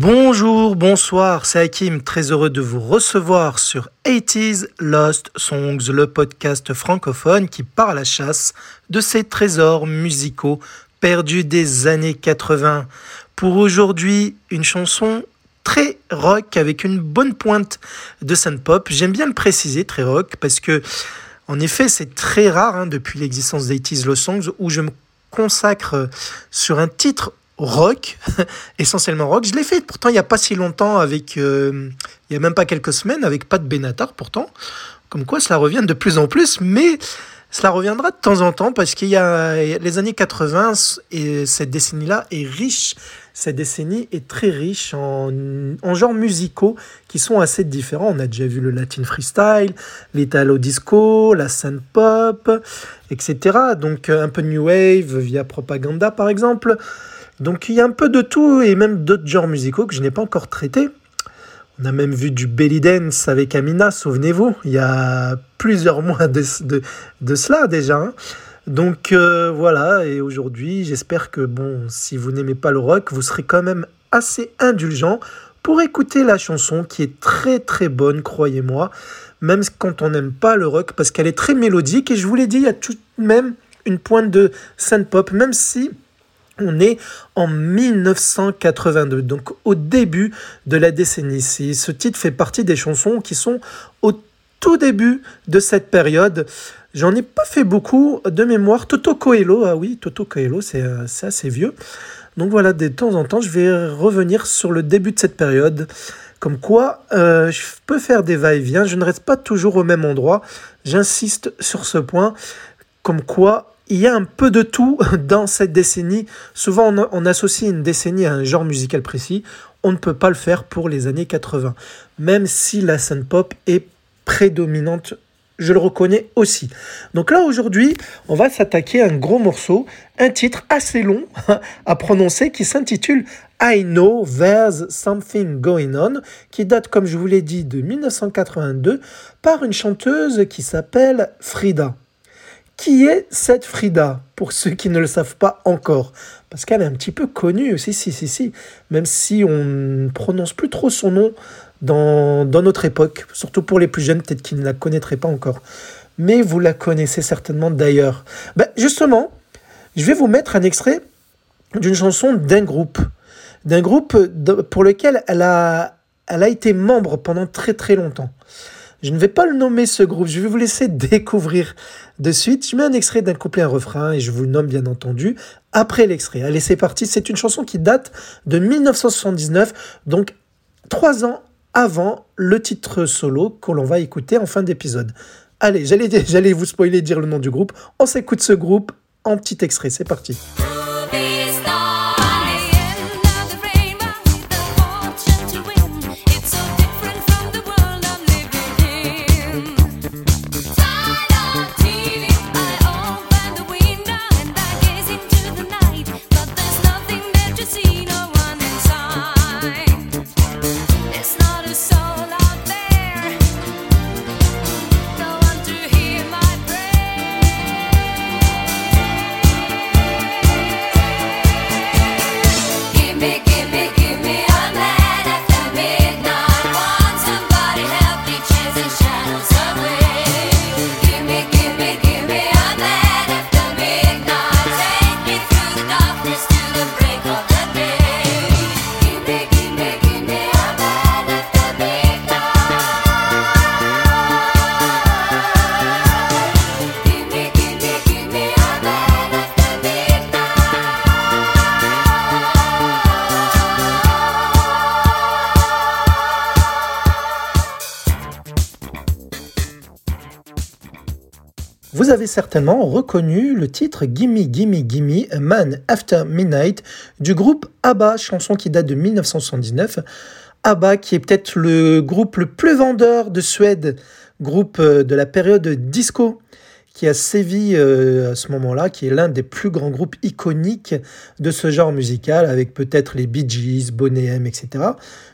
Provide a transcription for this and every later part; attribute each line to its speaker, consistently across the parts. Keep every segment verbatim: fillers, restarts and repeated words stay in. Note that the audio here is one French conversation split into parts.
Speaker 1: Bonjour, bonsoir, c'est Hakim, très heureux de vous recevoir sur eighties Lost Songs, le podcast francophone qui part à la chasse de ces trésors musicaux perdus des années quatre-vingts. Pour aujourd'hui, une chanson très rock avec une bonne pointe de synth-pop. J'aime bien le préciser, très rock, parce que en effet, c'est très rare hein, depuis l'existence d'eighties Lost Songs où je me consacre sur un titre rock, essentiellement rock. Je l'ai fait pourtant il n'y a pas si longtemps avec, euh, il n'y a même pas quelques semaines avec Pat Benatar pourtant, comme quoi cela revient de plus en plus, mais cela reviendra de temps en temps parce qu'il y a les années quatre-vingts et cette décennie-là est riche, cette décennie est très riche en, en genres musicaux qui sont assez différents. On a déjà vu le latin freestyle, l'italo disco, la synth pop, et cetera. Donc un peu de new wave via Propaganda par exemple. Donc il y a un peu de tout et même d'autres genres musicaux que je n'ai pas encore traités. On a même vu du belly dance avec Amina, souvenez-vous, il y a plusieurs mois de, de, de cela déjà. Hein. Donc euh, voilà, et aujourd'hui j'espère que bon, si vous n'aimez pas le rock, vous serez quand même assez indulgent pour écouter la chanson qui est très très bonne, croyez-moi, même quand on n'aime pas le rock, parce qu'elle est très mélodique et je vous l'ai dit, il y a tout de même une pointe de synth-pop, même si... On est en dix-neuf cent quatre-vingt-deux, donc au début de la décennie. Ce titre fait partie des chansons qui sont au tout début de cette période. J'en ai pas fait beaucoup de mémoire. Toto Coelho, ah oui, Toto Coelho, c'est, c'est assez vieux. Donc voilà, de temps en temps, je vais revenir sur le début de cette période. Comme quoi, euh, je peux faire des va-et-vient. Je ne reste pas toujours au même endroit. J'insiste sur ce point. Comme quoi... Il y a un peu de tout dans cette décennie. Souvent, on, on associe une décennie à un genre musical précis. On ne peut pas le faire pour les années quatre-vingts. Même si la synth pop est prédominante, je le reconnais aussi. Donc là, aujourd'hui, on va s'attaquer à un gros morceau, un titre assez long à prononcer qui s'intitule « I Know There's Something Going On » qui date, comme je vous l'ai dit, de dix-neuf cent quatre-vingt-deux par une chanteuse qui s'appelle Frida. Qui est cette Frida, pour ceux qui ne le savent pas encore? Parce qu'elle est un petit peu connue, si, si, si, si. Même si on ne prononce plus trop son nom dans, dans notre époque. Surtout pour les plus jeunes, peut-être qu'ils ne la connaîtraient pas encore. Mais vous la connaissez certainement d'ailleurs. Ben, justement, je vais vous mettre un extrait d'une chanson d'un groupe. D'un groupe pour lequel elle a, elle a été membre pendant très très longtemps. Je ne vais pas le nommer ce groupe, je vais vous laisser découvrir de suite. Je mets un extrait d'un couplet, un refrain et je vous le nomme bien entendu après l'extrait. Allez, c'est parti. C'est une chanson qui date de dix-neuf cent soixante-dix-neuf, donc trois ans avant le titre solo que l'on va écouter en fin d'épisode. Allez, j'allais, j'allais vous spoiler, dire le nom du groupe. On s'écoute ce groupe en petit extrait. C'est parti. Vous avez certainement reconnu le titre Gimme Gimme Gimme A Man After Midnight du groupe ABBA, chanson qui date de dix-neuf cent soixante-dix-neuf. ABBA qui est peut-être le groupe le plus vendeur de Suède, groupe de la période disco qui a sévi euh, à ce moment-là, qui est l'un des plus grands groupes iconiques de ce genre musical, avec peut-être les Bee Gees, Boney M, et cetera.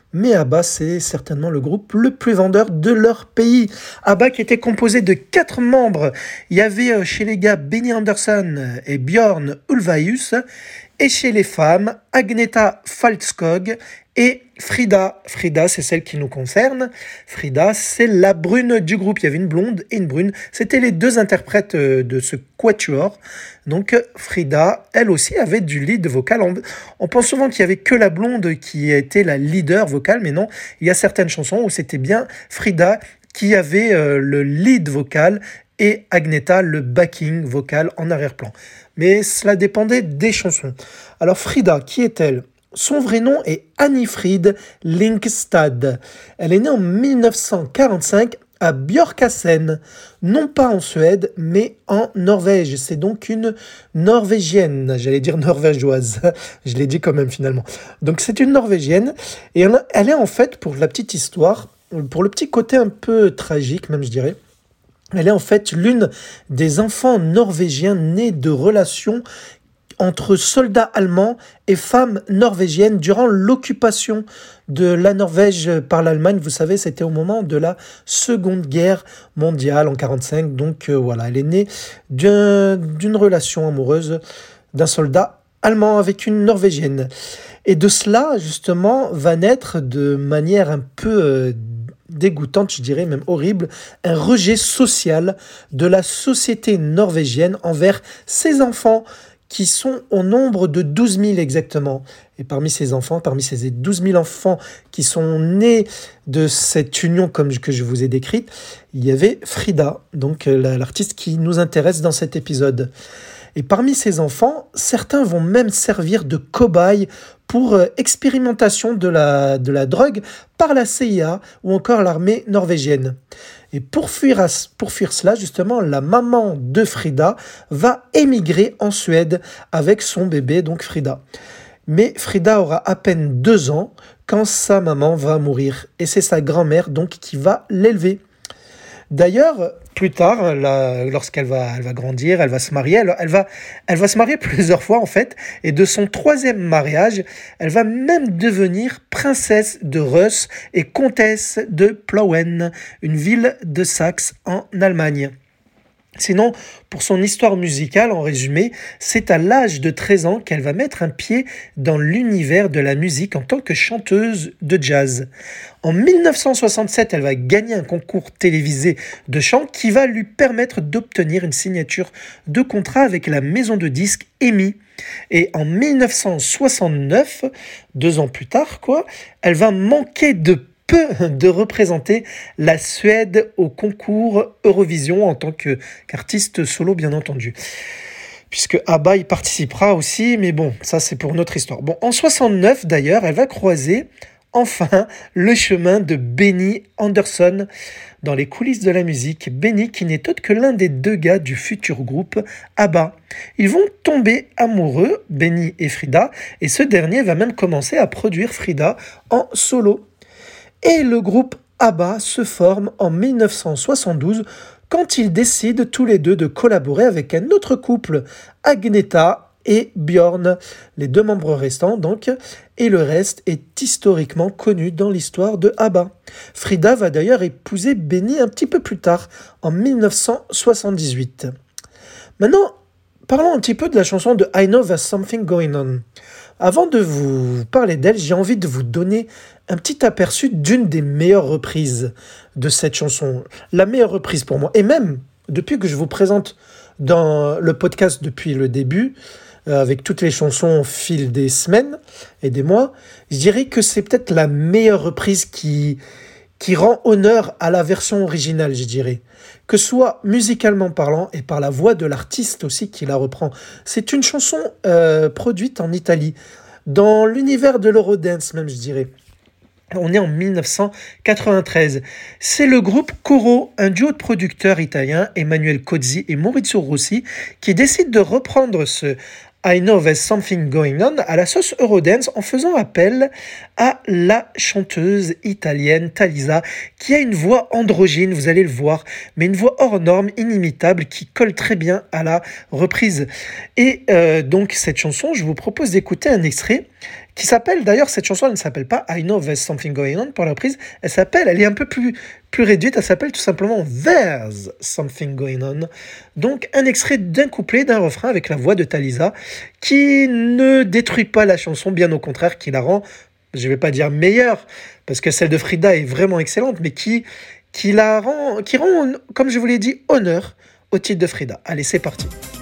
Speaker 1: mais ABBA, c'est certainement le groupe le plus vendeur de leur pays. ABBA qui était composé de quatre membres. Il y avait euh, chez les gars Benny Andersson et Björn Ulvaeus, et chez les femmes, Agneta Faltskog et Frida. Frida, c'est celle qui nous concerne. Frida, c'est la brune du groupe. Il y avait une blonde et une brune. C'était les deux interprètes de ce quatuor. Donc Frida, elle aussi, avait du lead vocal. On, on pense souvent qu'il n'y avait que la blonde qui était la leader vocale, mais non, il y a certaines chansons où c'était bien Frida qui avait euh, le lead vocal et Agneta le backing vocal en arrière-plan. Mais cela dépendait des chansons. Alors Frida, qui est-elle ? Son vrai nom est Annifrid Linkstad. Elle est née en dix-neuf cent quarante-cinq à Björkassen, non pas en Suède, mais en Norvège. C'est donc une Norvégienne, j'allais dire norvégeoise, je l'ai dit quand même finalement. Donc c'est une Norvégienne, et elle est en fait, pour la petite histoire, pour le petit côté un peu tragique même je dirais, elle est en fait l'une des enfants norvégiens nés de relations entre soldats allemands et femmes norvégiennes durant l'occupation de la Norvège par l'Allemagne. Vous savez, c'était au moment de la Seconde Guerre mondiale en quarante-cinq. Donc euh, voilà, elle est née d'un, d'une relation amoureuse d'un soldat allemand avec une Norvégienne. Et de cela, justement, va naître de manière un peu euh, dégoûtante, je dirais même horrible, un rejet social de la société norvégienne envers ses enfants, qui sont au nombre de douze mille exactement. Et parmi ces enfants, parmi ces douze mille enfants qui sont nés de cette union comme que je vous ai décrite, il y avait Frida, donc l'artiste qui nous intéresse dans cet épisode. Et parmi ces enfants, certains vont même servir de cobayes pour euh, expérimentation de la, de la drogue par la C I A ou encore l'armée norvégienne. Et pour fuir, à, pour fuir cela, justement, la maman de Frida va émigrer en Suède avec son bébé, donc Frida. Mais Frida aura à peine deux ans quand sa maman va mourir. Et c'est sa grand-mère donc qui va l'élever. D'ailleurs, plus tard, là, lorsqu'elle va, elle va grandir, elle va se marier, elle, elle, va, elle va se marier plusieurs fois en fait, et de son troisième mariage, elle va même devenir princesse de Reuss et comtesse de Plauen, une ville de Saxe en Allemagne. Sinon, pour son histoire musicale, en résumé, c'est à l'âge de treize ans qu'elle va mettre un pied dans l'univers de la musique en tant que chanteuse de jazz. En dix-neuf cent soixante-sept, elle va gagner un concours télévisé de chant qui va lui permettre d'obtenir une signature de contrat avec la maison de disques E M I. Et en dix-neuf cent soixante-neuf, deux ans plus tard, quoi, elle va manquer de peu de représenter la Suède au concours Eurovision en tant que, qu'artiste solo, bien entendu. Puisque ABBA y participera aussi, mais bon, ça c'est pour notre histoire. Bon, en soixante-neuf d'ailleurs, elle va croiser enfin le chemin de Benny Andersson dans les coulisses de la musique. Benny qui n'est autre que l'un des deux gars du futur groupe ABBA. Ils vont tomber amoureux, Benny et Frida, et ce dernier va même commencer à produire Frida en solo. Et le groupe ABBA se forme en dix-neuf cent soixante-douze quand ils décident tous les deux de collaborer avec un autre couple, Agneta et Björn, les deux membres restants donc, et le reste est historiquement connu dans l'histoire de ABBA. Frida va d'ailleurs épouser Benny un petit peu plus tard, en dix-neuf cent soixante-dix-huit. Maintenant, parlons un petit peu de la chanson de I Know There's Something Going On. Avant de vous parler d'elle, j'ai envie de vous donner un petit aperçu d'une des meilleures reprises de cette chanson. La meilleure reprise pour moi. Et même, depuis que je vous présente dans le podcast depuis le début, euh, avec toutes les chansons au fil des semaines et des mois, je dirais que c'est peut-être la meilleure reprise qui, qui rend honneur à la version originale, je dirais. Que ce soit musicalement parlant et par la voix de l'artiste aussi qui la reprend. C'est une chanson euh, produite en Italie, dans l'univers de l'Eurodance même, je dirais. On est en dix-neuf cent quatre-vingt-treize. C'est le groupe Coro, un duo de producteurs italiens, Emanuele Cozzi et Maurizio Rossi, qui décident de reprendre ce I Know There's Something Going On à la sauce Eurodance en faisant appel à la chanteuse italienne Thalisa qui a une voix androgyne, vous allez le voir, mais une voix hors norme, inimitable, qui colle très bien à la reprise. Et euh, donc cette chanson, je vous propose d'écouter un extrait qui s'appelle, d'ailleurs, cette chanson, elle ne s'appelle pas I Know There's Something Going On pour la reprise, elle s'appelle, elle est un peu plus, plus réduite, elle s'appelle tout simplement There's Something Going On. Donc, un extrait d'un couplet, d'un refrain avec la voix de Thalisa, qui ne détruit pas la chanson, bien au contraire, qui la rend, je ne vais pas dire meilleure, parce que celle de Frida est vraiment excellente, mais qui, qui la rend, qui rend, comme je vous l'ai dit, honneur au titre de Frida. Allez, c'est parti.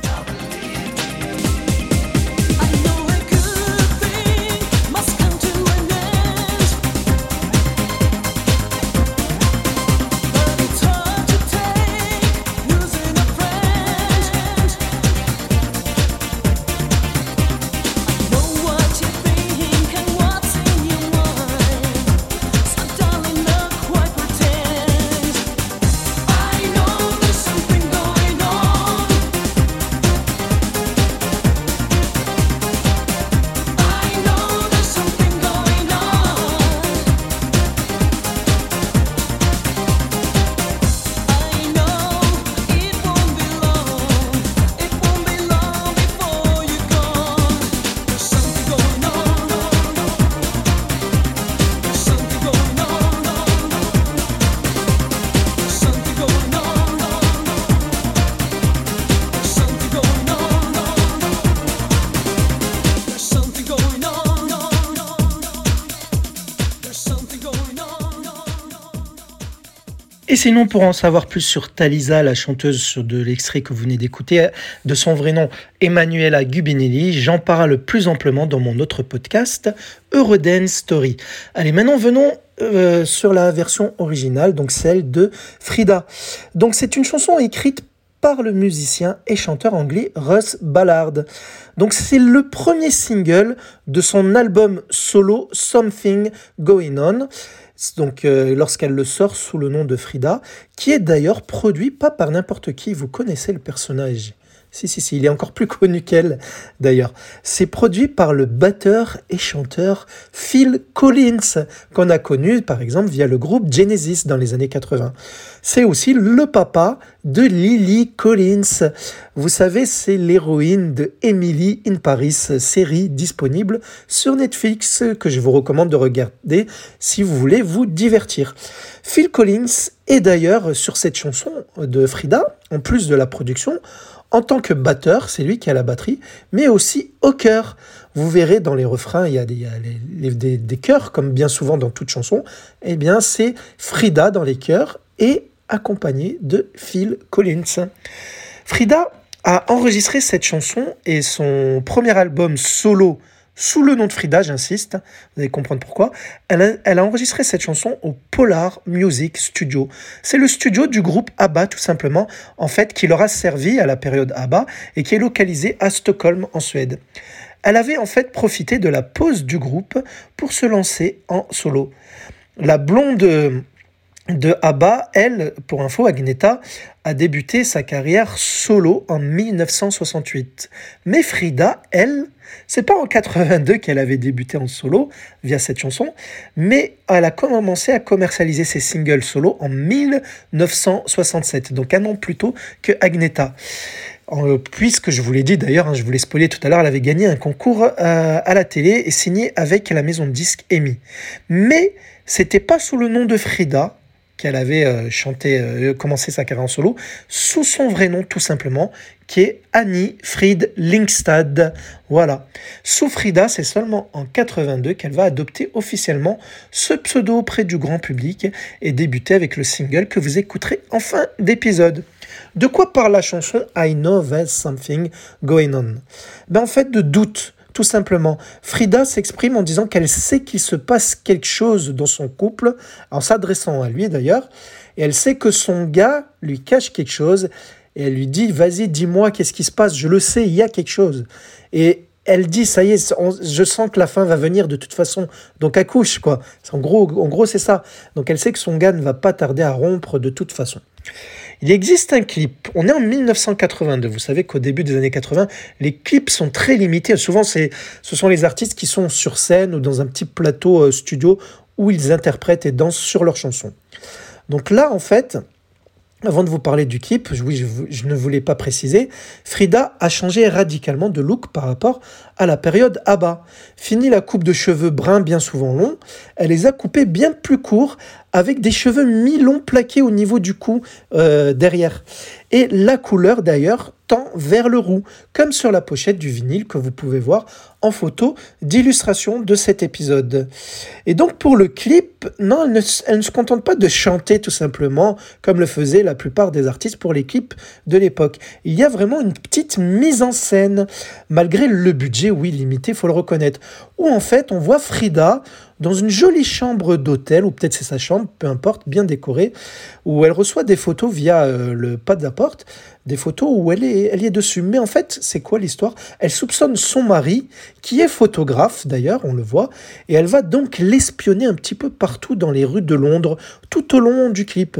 Speaker 1: Et sinon, pour en savoir plus sur Thalisa, la chanteuse de l'extrait que vous venez d'écouter, de son vrai nom Emanuela Gubinelli, j'en parle plus amplement dans mon autre podcast, Eurodance Story. Allez, maintenant venons euh, sur la version originale, donc celle de Frida. Donc c'est une chanson écrite par le musicien et chanteur anglais Russ Ballard. Donc c'est le premier single de son album solo Something Going On. Donc euh, lorsqu'elle le sort sous le nom de Frida, qui est d'ailleurs produit pas par n'importe qui. Vous connaissez le personnage. Si, si, si, il est encore plus connu qu'elle, d'ailleurs. C'est produit par le batteur et chanteur Phil Collins, qu'on a connu, par exemple, via le groupe Genesis dans les années quatre-vingts. C'est aussi le papa de Lily Collins. Vous savez, c'est l'héroïne de Emily in Paris, série disponible sur Netflix, que je vous recommande de regarder si vous voulez vous divertir. Phil Collins est d'ailleurs sur cette chanson de Frida, en plus de la production, en tant que batteur, c'est lui qui a la batterie, mais aussi au chœur. Vous verrez dans les refrains, il y a des, il y a les, les, des, des chœurs, comme bien souvent dans toute chanson. Eh bien, c'est Frida dans les chœurs et accompagné de Phil Collins. Frida a enregistré cette chanson et son premier album solo sous le nom de Frida, j'insiste, vous allez comprendre pourquoi. Elle a, elle a enregistré cette chanson au Polar Music Studio. C'est le studio du groupe ABBA, tout simplement, en fait, qui leur a servi à la période ABBA et qui est localisé à Stockholm, en Suède. Elle avait en fait profité de la pause du groupe pour se lancer en solo. La blonde de ABBA, elle, pour info, Agneta, a débuté sa carrière solo en dix-neuf cent soixante-huit. Mais Frida, elle, c'est pas en quatre-vingt-deux qu'elle avait débuté en solo via cette chanson, mais elle a commencé à commercialiser ses singles solo en dix-neuf cent soixante-sept, donc un an plus tôt que Agneta. Puisque je vous l'ai dit d'ailleurs, hein, je vous l'ai spoilé tout à l'heure, elle avait gagné un concours euh, à la télé et signé avec la maison de disques EMI. Mais c'était pas sous le nom de Frida qu'elle avait euh, chanté, euh, commencé sa carrière en solo, sous son vrai nom tout simplement, qui est Annie Fried Lyngstad. Voilà. Sous Frida, c'est seulement en quatre-vingt-deux qu'elle va adopter officiellement ce pseudo auprès du grand public et débuter avec le single que vous écouterez en fin d'épisode. De quoi parle la chanson I Know There's Something Going On? Ben en fait, de doute. Tout simplement, Frida s'exprime en disant qu'elle sait qu'il se passe quelque chose dans son couple, en s'adressant à lui d'ailleurs, et elle sait que son gars lui cache quelque chose, et elle lui dit « Vas-y, dis-moi, qu'est-ce qui se passe? Je le sais, il y a quelque chose. » Et elle dit « Ça y est, on, je sens que la fin va venir de toute façon. » Donc accouche, quoi. En gros, en gros, c'est ça. Donc elle sait que son gars ne va pas tarder à rompre de toute façon. Il existe un clip, on est en dix-neuf cent quatre-vingt-deux, vous savez qu'au début des années quatre-vingts, les clips sont très limités, souvent c'est, ce sont les artistes qui sont sur scène ou dans un petit plateau euh, studio où ils interprètent et dansent sur leurs chansons. Donc là en fait, Avant de vous parler du clip, oui, je, je ne voulais pas préciser, Frida a changé radicalement de look par rapport à la période ABBA. Fini la coupe de cheveux bruns bien souvent longs, elle les a coupés bien plus courts avec des cheveux mi-longs plaqués au niveau du cou euh, derrière. Et la couleur d'ailleurs tend vers le roux, comme sur la pochette du vinyle que vous pouvez voir en photo d'illustration de cet épisode. Et donc pour le clip, non, elle ne, elle ne se contente pas de chanter tout simplement, comme le faisaient la plupart des artistes pour les clips de l'époque. Il y a vraiment une petite mise en scène, malgré le budget, oui, limité, il faut le reconnaître, où en fait on voit Frida dans une jolie chambre d'hôtel, ou peut-être c'est sa chambre, peu importe, bien décorée, où elle reçoit des photos via euh, le pas de la porte, des photos où elle est, elle y est dessus. Mais en fait, c'est quoi l'histoire ? Elle soupçonne son mari, qui est photographe d'ailleurs, on le voit, et elle va donc l'espionner un petit peu partout dans les rues de Londres, tout au long du clip.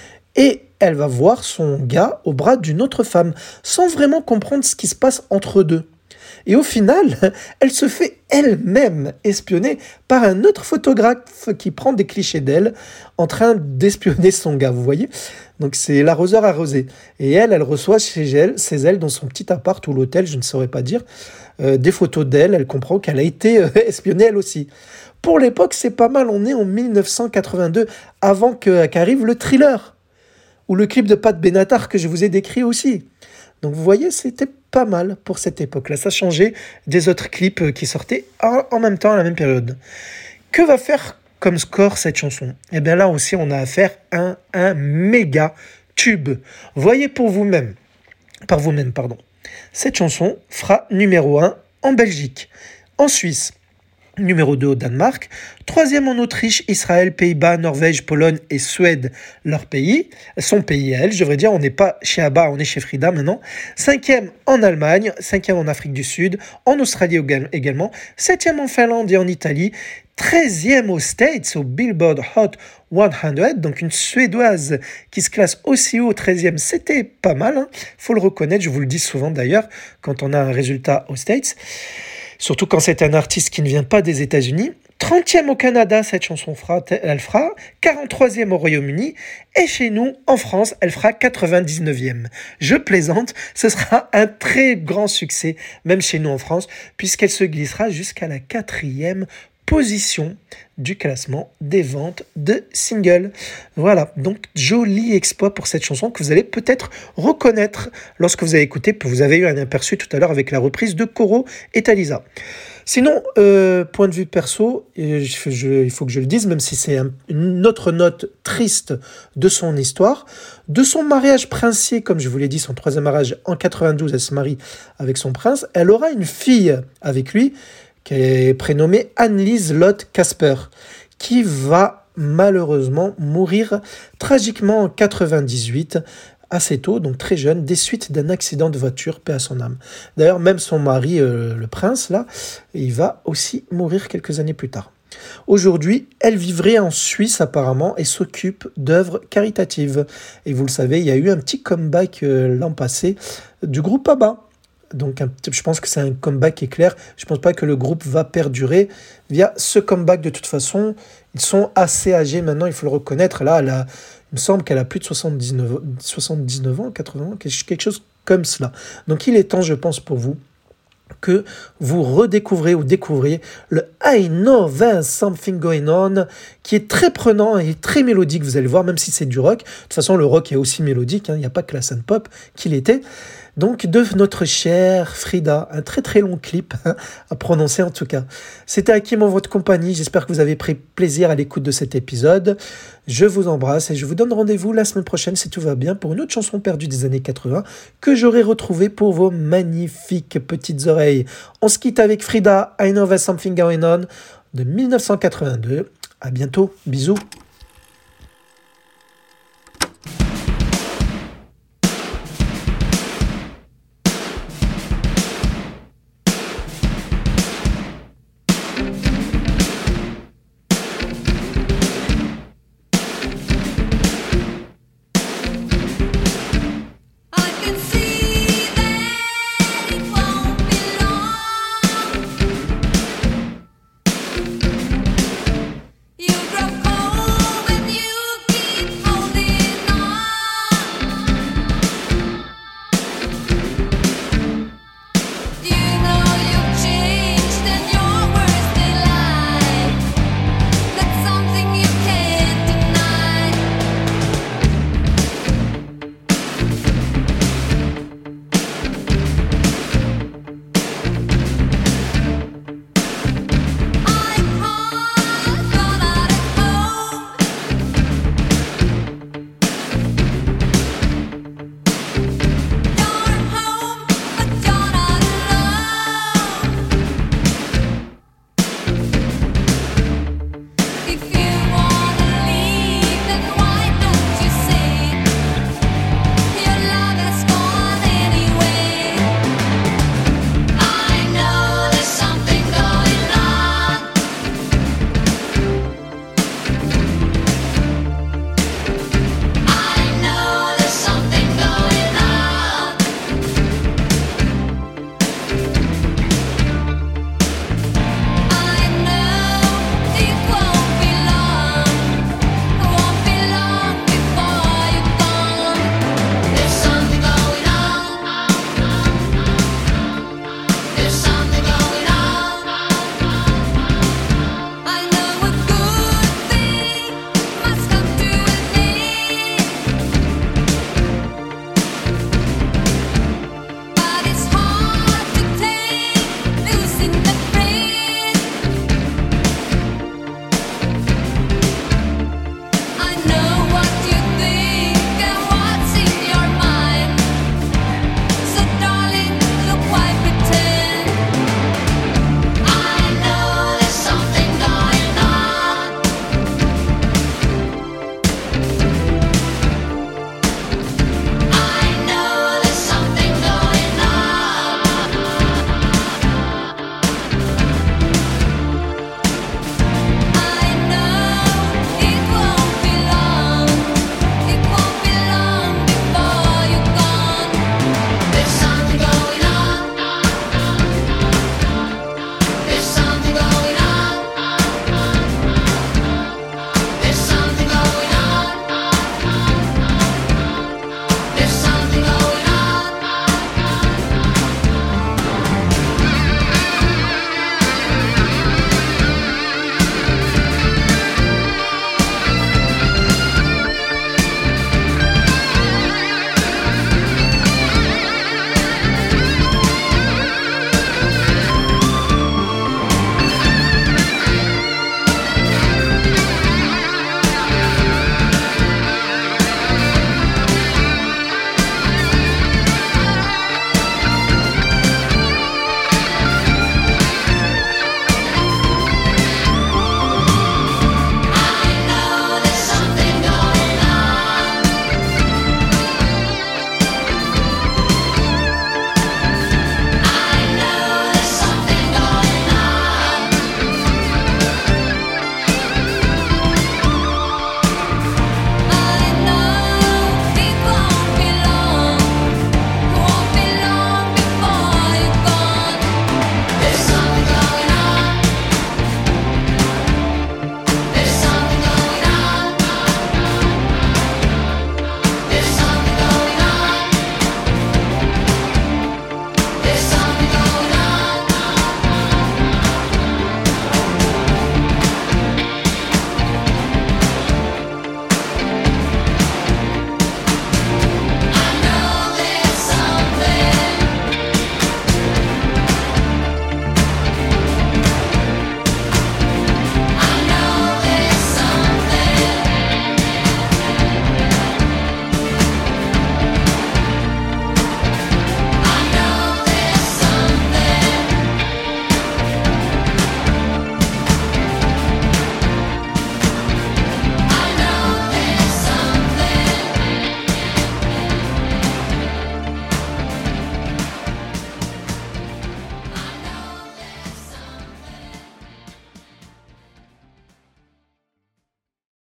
Speaker 1: Et elle va voir son gars au bras d'une autre femme, sans vraiment comprendre ce qui se passe entre eux deux. Et au final, elle se fait elle-même espionner par un autre photographe qui prend des clichés d'elle en train d'espionner son gars, vous voyez ? Donc c'est l'arroseur arrosé. Et elle, elle reçoit chez elle, chez elle dans son petit appart ou l'hôtel, je ne saurais pas dire, euh, des photos d'elle. Elle comprend qu'elle a été euh, espionnée elle aussi. Pour l'époque, c'est pas mal, on est en dix-neuf cent quatre-vingt-deux, avant que, qu'arrive le Thriller, ou le clip de Pat Benatar que je vous ai décrit aussi. Donc vous voyez, c'était pas mal pour cette époque-là. Ça changeait des autres clips qui sortaient en même temps à la même période. Que va faire comme score cette chanson ? Eh bien là aussi, on a affaire à un, un méga tube. Voyez pour vous-même, par vous-même, pardon. Cette chanson fera numéro un en Belgique, en Suisse, numéro deux au Danemark, troisième en Autriche, Israël, Pays-Bas, Norvège, Pologne et Suède, leur pays, son pays à elle, je devrais dire, on n'est pas chez ABBA, on est chez Frida maintenant, cinquième en Allemagne, cinquième en Afrique du Sud, en Australie également, septième en Finlande et en Italie, treizième aux States, au Billboard Hot cent, donc une Suédoise qui se classe aussi haut, treizième, c'était pas mal, hein, faut le reconnaître, je vous le dis souvent d'ailleurs, quand on a un résultat aux States, surtout quand c'est un artiste qui ne vient pas des États-Unis. trentième au Canada, cette chanson fera, elle fera. quarante-troisième au Royaume-Uni. Et chez nous, en France, elle fera quatre-vingt-dix-neuvième. Je plaisante, ce sera un très grand succès, même chez nous en France, puisqu'elle se glissera jusqu'à la quatrième position du classement des ventes de singles. Voilà, donc joli exploit pour cette chanson que vous allez peut-être reconnaître lorsque vous avez écouté, vous avez eu un aperçu tout à l'heure avec la reprise de Coro et Talisa. Sinon, euh, point de vue perso, je, je, il faut que je le dise, même si c'est un, une autre note triste de son histoire, de son mariage princier, comme je vous l'ai dit, son troisième mariage en quatre-vingt-douze, elle se marie avec son prince, elle aura une fille avec lui, qui est prénommée Anneliese Lotte Casper, qui va malheureusement mourir tragiquement en quatre-vingt-dix-huit, assez tôt, donc très jeune, des suites d'un accident de voiture, paix à son âme. D'ailleurs, même son mari, euh, le prince, là, il va aussi mourir quelques années plus tard. Aujourd'hui, elle vivrait en Suisse apparemment et s'occupe d'œuvres caritatives. Et vous le savez, il y a eu un petit comeback euh, l'an passé du groupe ABBA. Donc un, je pense que c'est un comeback éclair. Je ne pense pas que le groupe va perdurer via ce comeback de toute façon. Ils sont assez âgés maintenant, il faut le reconnaître. Là, elle a, il me semble qu'elle a plus de soixante-dix-neuf, soixante-dix-neuf ans, quatre-vingts ans, quelque chose comme cela. Donc il est temps, je pense, pour vous, que vous redécouvrez ou découvrez le I Know There's Something Going On, qui est très prenant et très mélodique, vous allez voir, même si c'est du rock. De toute façon, le rock est aussi mélodique, hein, il n'y a pas que la scène pop qu'il était. Donc, de notre chère Frida, un très très long clip hein, à prononcer en tout cas. C'était Hakim en votre compagnie, j'espère que vous avez pris plaisir à l'écoute de cet épisode. Je vous embrasse et je vous donne rendez-vous la semaine prochaine, si tout va bien, pour une autre chanson perdue des années quatre-vingts que j'aurai retrouvée pour vos magnifiques petites oreilles. On se quitte avec Frida, I Know There's Something Going On de dix-neuf cent quatre-vingt-deux. À bientôt, bisous.